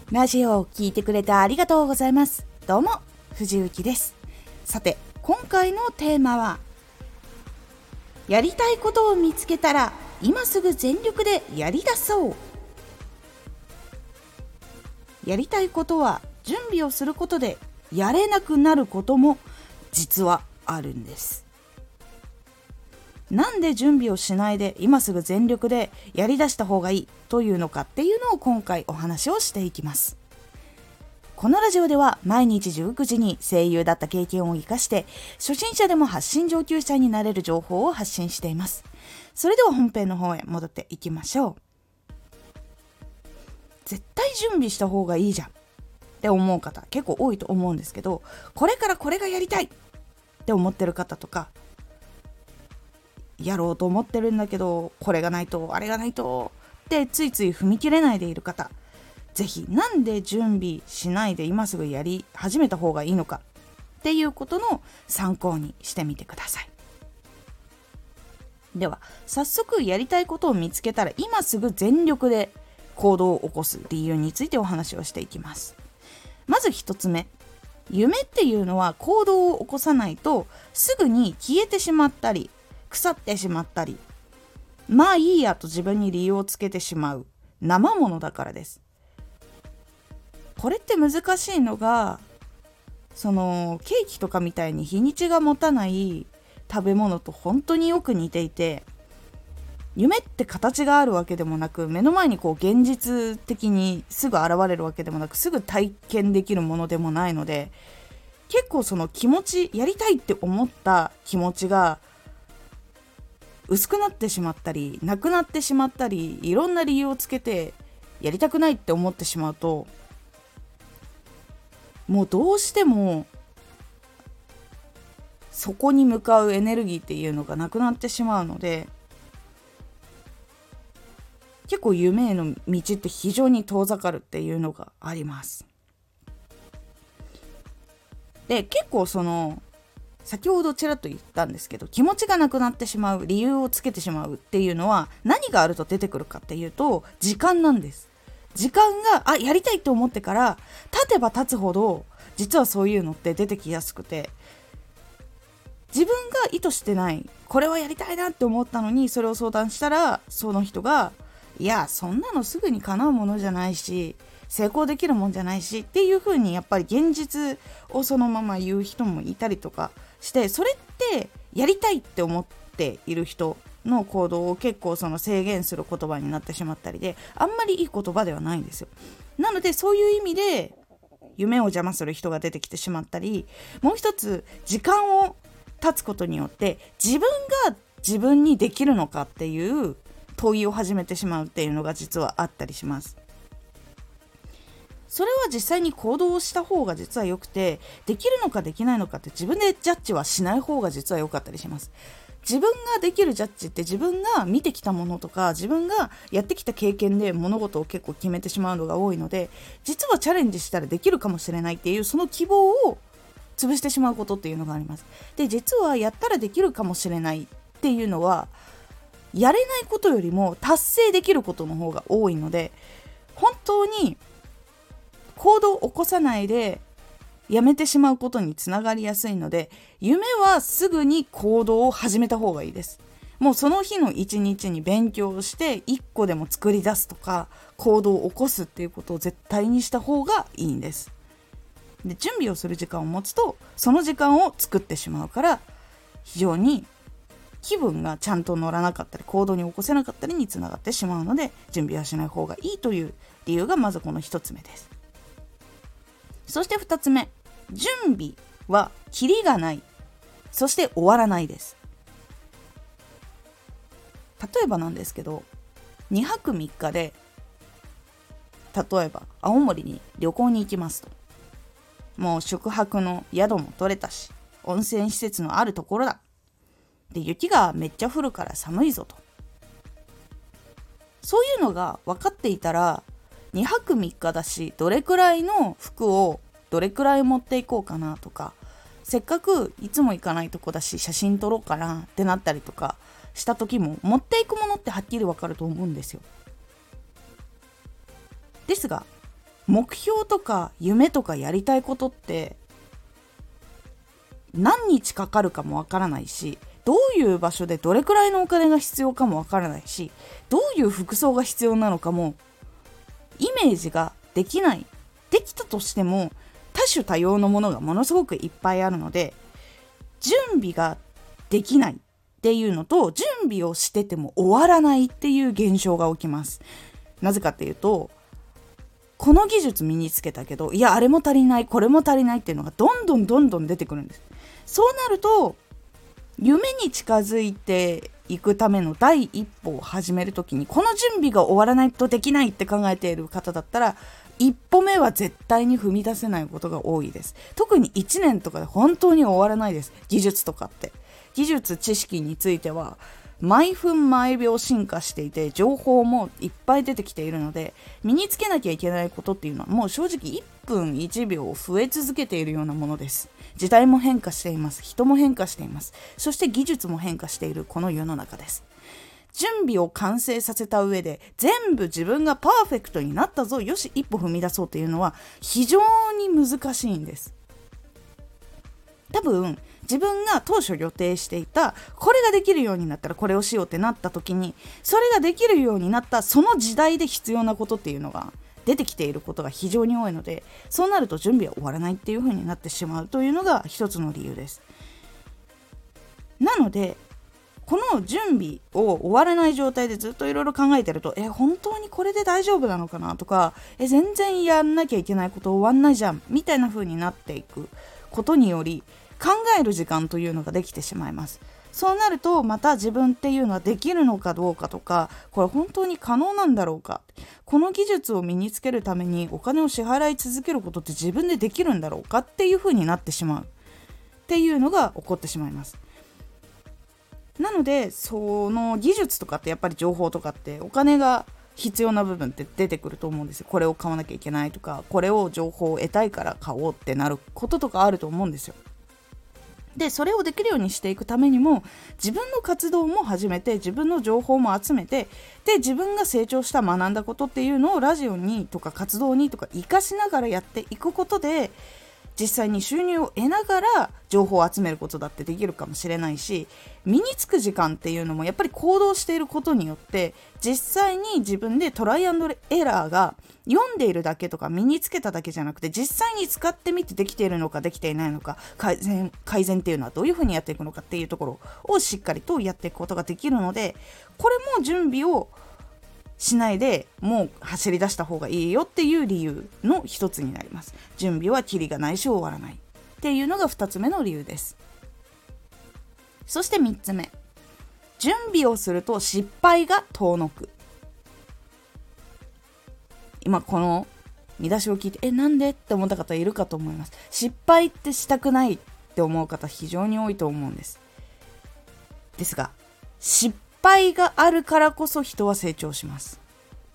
ラジオを聞いてくれてありがとうございます。どうも藤幸です。さて、今回のテーマは、やりたいことを見つけたら今すぐ全力でやりだそう。やりたいことは準備をすることでやれなくなることも実はあるんです。なんで準備をしないで今すぐ全力でやりだした方がいいというのかっていうのを今回お話をしていきます。このラジオでは毎日19時に声優だった経験を生かして初心者でも発信上級者になれる情報を発信しています。それでは本編の方へ戻っていきましょう。絶対準備した方がいいじゃんって思う方結構多いと思うんですけど、これからこれがやりたいって思ってる方とか、やろうと思ってるんだけどこれがないとあれがないとってついつい踏み切れないでいる方、ぜひなんで準備しないで今すぐやり始めた方がいいのかっていうことの参考にしてみてください。では早速、やりたいことを見つけたら今すぐ全力で行動を起こす理由についてお話をしていきます。まず一つ目、夢っていうのは行動を起こさないとすぐに消えてしまったり腐ってしまったり、まあいいやと自分に理由をつけてしまう生ものだからです。これって難しいのが、ケーキとかみたいに日にちが持たない食べ物と本当によく似ていて、夢って形があるわけでもなく、目の前に現実的にすぐ現れるわけでもなく、すぐ体験できるものでもないので、結構その気持ち、やりたいって思った気持ちが薄くなってしまったりなくなってしまったり、いろんな理由をつけてやりたくないって思ってしまうと、もうどうしてもそこに向かうエネルギーっていうのがなくなってしまうので、結構夢への道って非常に遠ざかるっていうのがあります。で、結構先ほどちらっと言ったんですけど、気持ちがなくなってしまう理由をつけてしまうっていうのは何があると出てくるかっていうと、時間なんです。時間がやりたいって思ってから経てば経つほど、実はそういうのって出てきやすくて、自分が意図してないこれはやりたいなって思ったのに、それを相談したらその人が、いやそんなのすぐに叶うものじゃないし成功できるもんじゃないしっていう風に、やっぱり現実をそのまま言う人もいたりとかして、それってやりたいって思っている人の行動を結構制限する言葉になってしまったりで、あんまりいい言葉ではないんですよ。なのでそういう意味で夢を邪魔する人が出てきてしまったり、もう一つ、時間を経つことによって自分が自分にできるのかっていう問いを始めてしまうっていうのが実はあったりします。それは実際に行動をした方が実は良くて、できるのかできないのかって自分でジャッジはしない方が実は良かったりします。自分ができるジャッジって、自分が見てきたものとか自分がやってきた経験で物事を結構決めてしまうのが多いので、実はチャレンジしたらできるかもしれないっていうその希望を潰してしまうことっていうのがあります。で、実はやったらできるかもしれないっていうのは、やれないことよりも達成できることの方が多いので、本当に行動を起こさないでやめてしまうことにつながりやすいので、夢はすぐに行動を始めた方がいいです。もうその日の一日に勉強して1個でも作り出すとか行動を起こすっていうことを絶対にした方がいいんです。で、準備をする時間を持つとその時間を作ってしまうから、非常に気分がちゃんと乗らなかったり行動に起こせなかったりにつながってしまうので、準備はしない方がいいという理由がまずこの一つ目です。そして二つ目、準備はキリがない、そして終わらないです。例えばなんですけど、2泊3日で例えば青森に旅行に行きますと、もう宿泊の宿も取れたし温泉施設のあるところだ、で雪がめっちゃ降るから寒いぞと、そういうのが分かっていたら2泊3日だし、どれくらいの服をどれくらい持っていこうかなとか、せっかくいつも行かないとこだし写真撮ろうかなってなったりとかした時も、持っていくものってはっきり分かると思うんですよ。ですが目標とか夢とかやりたいことって何日かかるかもわからないし、どういう場所でどれくらいのお金が必要かもわからないし、どういう服装が必要なのかもイメージができない。できたとしても多種多様のものがものすごくいっぱいあるので、準備ができないっていうのと、準備をしてても終わらないっていう現象が起きます。なぜかっていうと、この技術身につけたけど、いやあれも足りない、これも足りないっていうのがどんどん出てくるんです。そうなると夢に近づいていくための第一歩を始めるときに、この準備が終わらないとできないって考えている方だったら、一歩目は絶対に踏み出せないことが多いです。特に1年とかで本当に終わらないです。技術とかって、技術知識については毎分毎秒進化していて、情報もいっぱい出てきているので、身につけなきゃいけないことっていうのはもう正直1分1秒増え続けているようなものです。時代も変化しています。人も変化しています。そして技術も変化しているこの世の中です。準備を完成させた上で全部自分がパーフェクトになったぞ、よし一歩踏み出そうっていうのは非常に難しいんです。多分自分が当初予定していた、これができるようになったらこれをしようってなった時に、それができるようになったその時代で必要なことっていうのが出てきていることが非常に多いので、そうなると準備は終わらないっていう風になってしまうというのが一つの理由です。なのでこの準備を終わらない状態でずっといろいろ考えてると、本当にこれで大丈夫なのかなとか、全然やんなきゃいけないこと終わんないじゃんみたいな風になっていくことにより、考える時間というのができてしまいます。そうなるとまた自分っていうのはできるのかどうかとか、これ本当に可能なんだろうか、この技術を身につけるためにお金を支払い続けることって自分でできるんだろうかっていう風になってしまうっていうのが起こってしまいます。なのでその技術とかってやっぱり情報とかってお金が必要な部分って出てくると思うんですよ。これを買わなきゃいけないとか、これを情報を得たいから買おうってなることとかあると思うんですよ。でそれをできるようにしていくためにも、自分の活動も始めて、自分の情報も集めて、で自分が成長した学んだことっていうのをラジオにとか活動にとか活かしながらやっていくことで、実際に収入を得ながら情報を集めることだってできるかもしれないし、身につく時間っていうのもやっぱり行動していることによって、実際に自分でトライアンドエラーが読んでいるだけとか身につけただけじゃなくて、実際に使ってみてできているのかできていないのか、改善っていうのはどういうふうにやっていくのかっていうところをしっかりとやっていくことができるので、これも準備をしないでもう走り出した方がいいよっていう理由の一つになります。準備はキリがないし終わらないっていうのが2つ目の理由です。そして3つ目、準備をすると失敗が遠のく。今この見出しを聞いてなんでって思った方いるかと思います。失敗ってしたくないって思う方非常に多いと思うんです。ですが失敗があるからこそ人は成長します。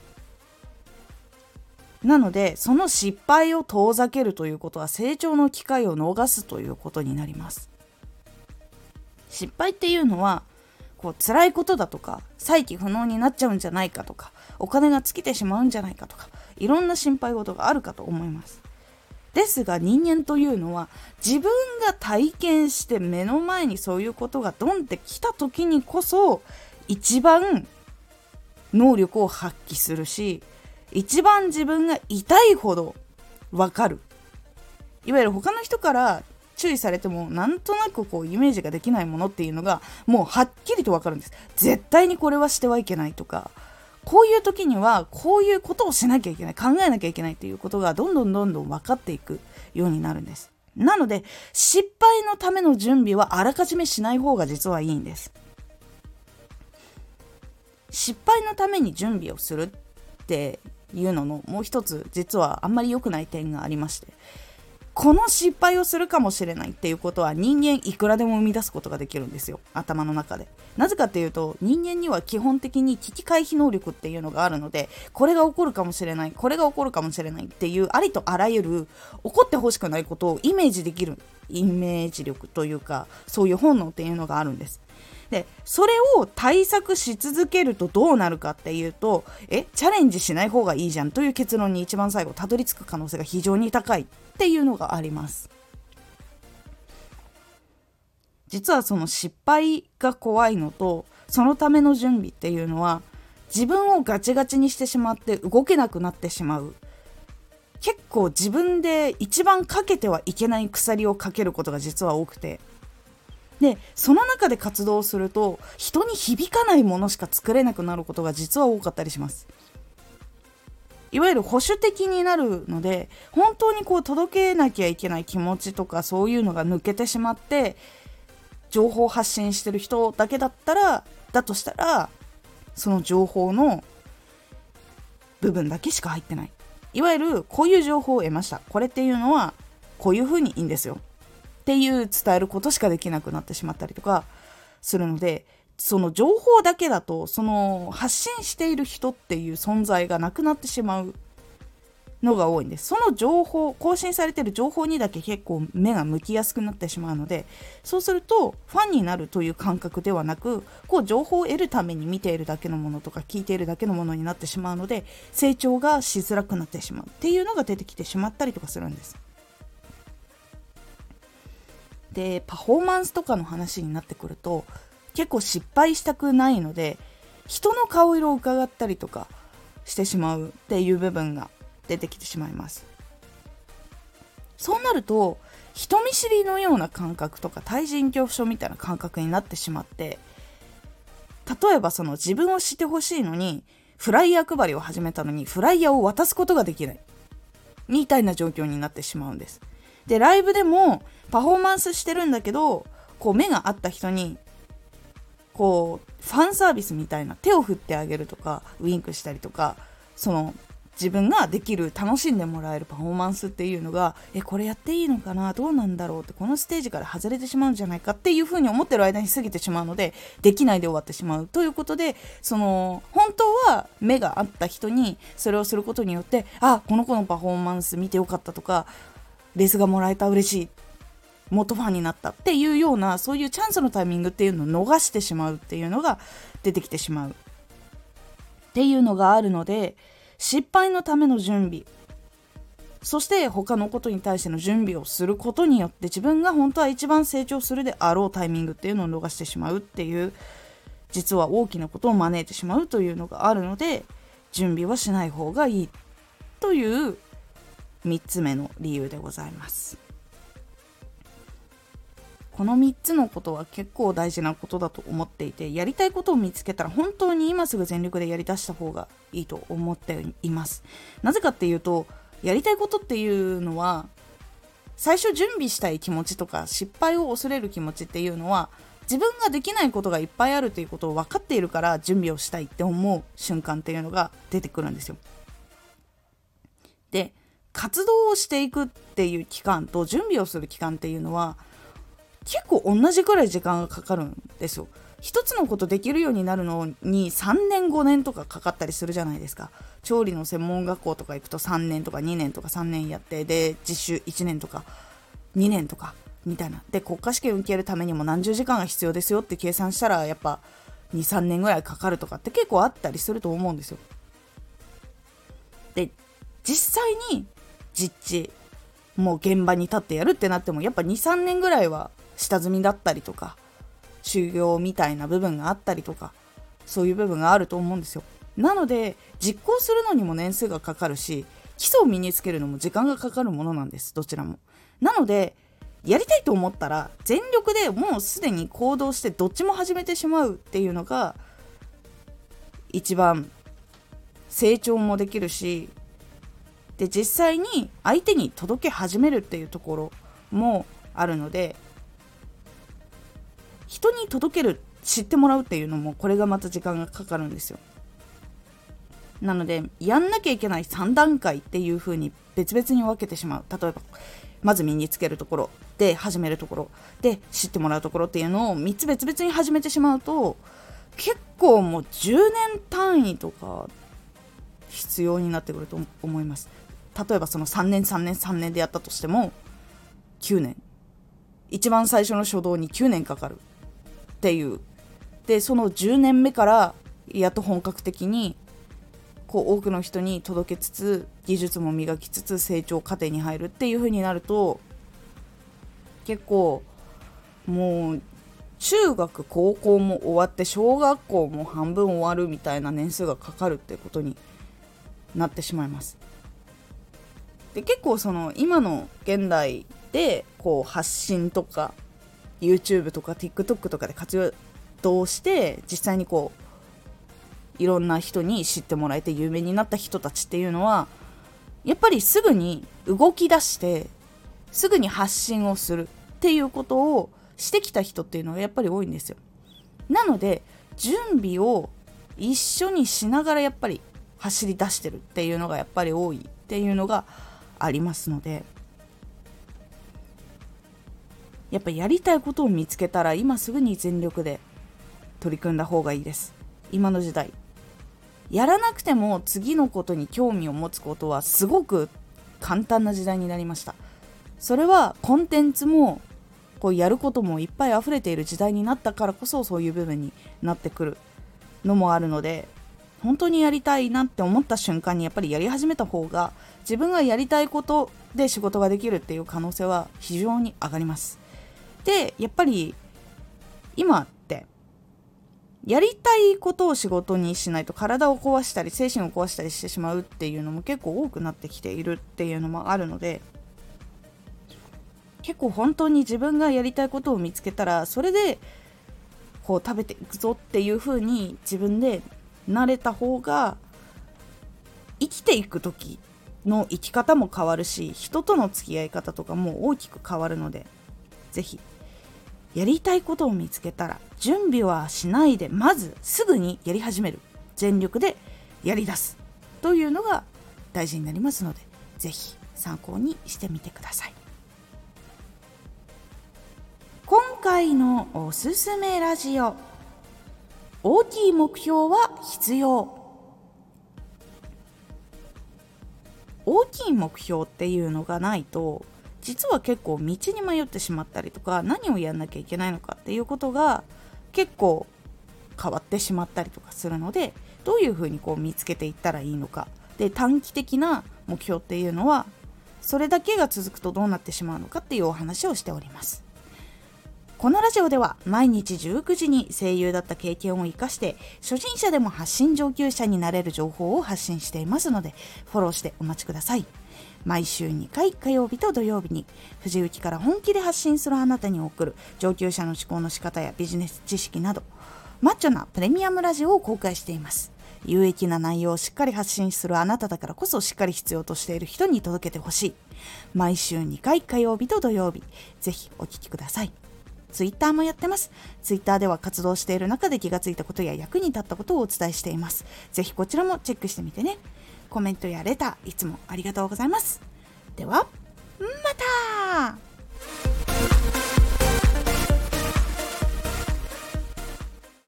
なのでその失敗を遠ざけるということは、成長の機会を逃すということになります。失敗っていうのは辛いことだとか、再起不能になっちゃうんじゃないかとか、お金が尽きてしまうんじゃないかとか、いろんな心配事があるかと思います。ですが人間というのは、自分が体験して目の前にそういうことがドンってきた時にこそ一番能力を発揮するし、一番自分が痛いほど分かる。いわゆる他の人から注意されてもなんとなくイメージができないものっていうのがもうはっきりと分かるんです。絶対にこれはしてはいけないとか、こういう時にはこういうことをしなきゃいけない、考えなきゃいけないっていうことがどんどん分かっていくようになるんです。なので失敗のための準備はあらかじめしない方が実はいいんです。失敗のために準備をするっていうののもう一つ、実はあんまり良くない点がありまして、この失敗をするかもしれないっていうことは人間いくらでも生み出すことができるんですよ、頭の中で。なぜかっていうと、人間には基本的に危機回避能力っていうのがあるので、これが起こるかもしれない、これが起こるかもしれないっていうありとあらゆる起こってほしくないことをイメージできるイメージ力というか、そういう本能っていうのがあるんです。 でそれを対策し続けるとどうなるかっていうと、チャレンジしない方がいいじゃんという結論に一番最後たどり着く可能性が非常に高いっていうのがあります。実はその失敗が怖いのと、そのための準備っていうのは自分をガチガチにしてしまって動けなくなってしまう、結構自分で一番かけてはいけない鎖をかけることが実は多くて、でその中で活動すると人に響かないものしか作れなくなることが実は多かったりします。いわゆる保守的になるので、本当に届けなきゃいけない気持ちとかそういうのが抜けてしまって、情報発信してる人だけだとしたらその情報の部分だけしか入ってない、いわゆるこういう情報を得ました、これっていうのはこういう風にいいんですよっていう伝えることしかできなくなってしまったりとかするので、その情報だけだとその発信している人っていう存在がなくなってしまうのが多いんです。その情報、更新されている情報にだけ結構目が向きやすくなってしまうので、そうするとファンになるという感覚ではなく、情報を得るために見ているだけのものとか聞いているだけのものになってしまうので、成長がしづらくなってしまうっていうのが出てきてしまったりとかするんです。でパフォーマンスとかの話になってくると結構失敗したくないので、人の顔色を伺ったりとかしてしまうっていう部分が出てきてしまいます。そうなると人見知りのような感覚とか対人恐怖症みたいな感覚になってしまって、例えばその自分を知ってほしいのにフライヤー配りを始めたのにフライヤーを渡すことができないみたいな状況になってしまうんです。でライブでもパフォーマンスしてるんだけど、目が合った人にファンサービスみたいな手を振ってあげるとかウインクしたりとか、その自分ができる楽しんでもらえるパフォーマンスっていうのがこれやっていいのかな、どうなんだろうって、このステージから外れてしまうんじゃないかっていうふうに思ってる間に過ぎてしまうので、できないで終わってしまうということで、本当は目が合った人にそれをすることによって、この子のパフォーマンス見てよかったとか、レースがもらえた嬉しい、元ファンになったっていうような、そういうチャンスのタイミングっていうのを逃してしまうっていうのが出てきてしまうっていうのがあるので、失敗のための準備、そして他のことに対しての準備をすることによって自分が本当は一番成長するであろうタイミングっていうのを逃してしまうっていう、実は大きなことを招いてしまうというのがあるので、準備はしない方がいいという3つ目の理由でございます。この3つのことは結構大事なことだと思っていて、やりたいことを見つけたら本当に今すぐ全力でやり出した方がいいと思っています。なぜかっていうと、やりたいことっていうのは最初準備したい気持ちとか失敗を恐れる気持ちっていうのは、自分ができないことがいっぱいあるということを分かっているから準備をしたいって思う瞬間っていうのが出てくるんですよ。で、活動をしていくっていう期間と準備をする期間っていうのは結構同じくらい時間がかかるんですよ。一つのことできるようになるのに3年5年とかかかったりするじゃないですか。調理の専門学校とか行くと3年とか2年とか3年やって、で実習1年とか2年とかみたいな、で国家試験受けるためにも何十時間が必要ですよって計算したらやっぱ 2,3 年ぐらいかかるとかって結構あったりすると思うんですよ。で実際に実地もう現場に立ってやるってなってもやっぱ 2,3 年ぐらいは下積みだったりとか修行みたいな部分があったりとか、そういう部分があると思うんですよ。なので実行するのにも年数がかかるし、基礎を身につけるのも時間がかかるものなんです、どちらも。なのでやりたいと思ったら全力でもうすでに行動してどっちも始めてしまうっていうのが一番成長もできるし、で実際に相手に届け始めるっていうところもあるので、人に届ける、知ってもらうっていうのもこれがまた時間がかかるんですよ。なのでやんなきゃいけない3段階っていう風に別々に分けてしまう。例えばまず身につけるところで始めるところで知ってもらうところっていうのを3つ別々に始めてしまうと、結構もう10年単位とか必要になってくると思います。例えばその3年でやったとしても9年、一番最初の初動に9年かかるっていうでその10年目からやっと本格的にこう多くの人に届けつつ、技術も磨きつつ成長過程に入るっていう風になると、結構もう中学高校も終わって小学校も半分終わるみたいな年数がかかるってことになってしまいます。で結構その今の現代でこう発信とか YouTube とか TikTok とかで活動して実際にこういろんな人に知ってもらえて有名になった人たちっていうのはやっぱりすぐに動き出してすぐに発信をするっていうことをしてきた人っていうのがやっぱり多いんですよ。なので準備を一緒にしながらやっぱり走り出してるっていうのがやっぱり多いっていうのがありますので、やっぱやりたいことを見つけたら今すぐに全力で取り組んだ方がいいです。今の時代やらなくても次のことに興味を持つことはすごく簡単な時代になりました。それはコンテンツもこうやることもいっぱい溢れている時代になったからこそそういう部分になってくるのもあるので、本当にやりたいなって思った瞬間にやっぱりやり始めた方が自分がやりたいことで仕事ができるっていう可能性は非常に上がります。でやっぱり今ってやりたいことを仕事にしないと体を壊したり精神を壊したりしてしまうっていうのも結構多くなってきているっていうのもあるので、結構本当に自分がやりたいことを見つけたらそれでこう食べていくぞっていう風に自分で慣れた方が生きていく時の生き方も変わるし、人との付き合い方とかも大きく変わるので、ぜひやりたいことを見つけたら準備はしないでまずすぐにやり始める、全力でやり出すというのが大事になりますので、ぜひ参考にしてみてください。今回のおすすめラジオ、大きい目標は必要。大きい目標っていうのがないと実は結構道に迷ってしまったりとか、何をやんなきゃいけないのかっていうことが結構変わってしまったりとかするので、どういうふうにこう見つけていったらいいのかで、短期的な目標っていうのはそれだけが続くとどうなってしまうのかっていうお話をしております。このラジオでは毎日19時に声優だった経験を生かして初心者でも発信上級者になれる情報を発信していますので、フォローしてお待ちください。毎週2回火曜日と土曜日に藤雪から本気で発信するあなたに送る上級者の思考の仕方やビジネス知識などマッチョなプレミアムラジオを公開しています。有益な内容をしっかり発信するあなただからこそしっかり必要としている人に届けてほしい。毎週2回火曜日と土曜日、ぜひお聞きください。ツイッターもやってます。ツイッターでは活動している中で気がついたことや役に立ったことをお伝えしています。ぜひこちらもチェックしてみてね。コメントやレターいつもありがとうございます。では。